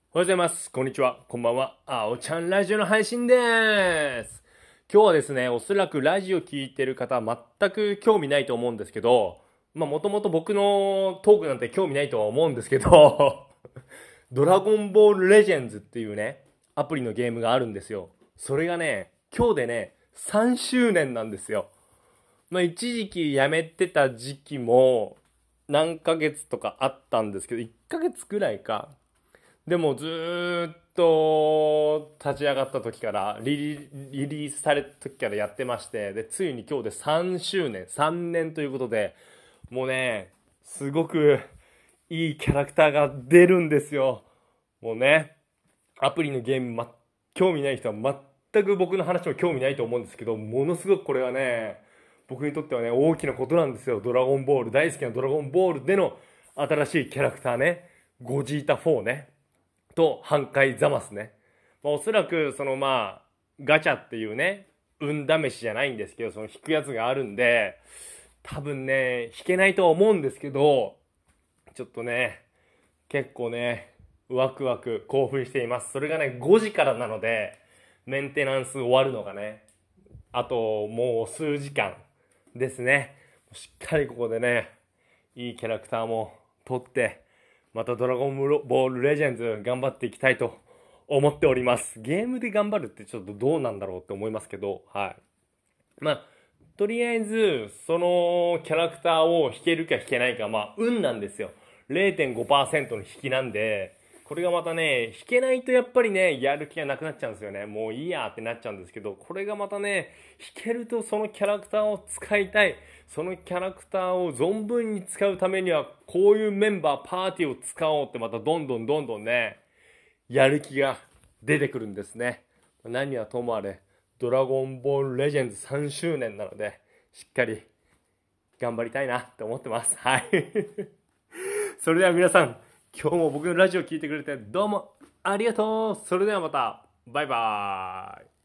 おはようございます。こんにちは。こんばんは。あおちゃんラジオの配信です。今日はですね、おそらくラジオ聞いてる方は全く興味ないと思うんですけど、もともと僕のトークなんて興味ないとは思うんですけど、ドラゴンボールレジェンズっていうね、アプリのゲームがあるんですよ。それがね、今日でね、3周年なんですよ。一時期やめてた時期も何ヶ月とかあったんですけど、1ヶ月くらいか。でもずーっと立ち上がった時からリリースされた時からやってまして、でついに今日で3周年3年ということで、もうねすごくいいキャラクターが出るんですよ。もうね、アプリのゲーム、興味ない人は全く僕の話も興味ないと思うんですけど、ものすごくこれはね、僕にとってはね大きなことなんですよ。ドラゴンボール大好きなドラゴンボールでの新しいキャラクターね、ゴジータ4ね、と半壊ザマスね。おそらくガチャっていうね、運試しじゃないんですけど、その引くやつがあるんで、多分ね引けないとは思うんですけど、ちょっとね結構ねワクワク興奮しています。それがね5時からなので、メンテナンス終わるのがねあともう数時間ですね。しっかりここでねいいキャラクターも取って、またドラゴンボールレジェンズ頑張っていきたいと思っております。ゲームで頑張るってちょっとどうなんだろうって思いますけど、はい。とりあえず、そのキャラクターを引けるか引けないか、運なんですよ。0.5% の引きなんで、これがまたね、引けないとやっぱりね、やる気がなくなっちゃうんですよね。もういいやってなっちゃうんですけど、これがまたね、引けるとそのキャラクターを使いたい。そのキャラクターを存分に使うためには、こういうメンバー、パーティーを使おうってまたどんどんね、やる気が出てくるんですね。何はともあれ、ドラゴンボールレジェンズ3周年なので、しっかり頑張りたいなって思ってます。はい。それでは皆さん、今日も僕のラジオを聞いてくれてどうもありがとう。それではまた。バイバーイ。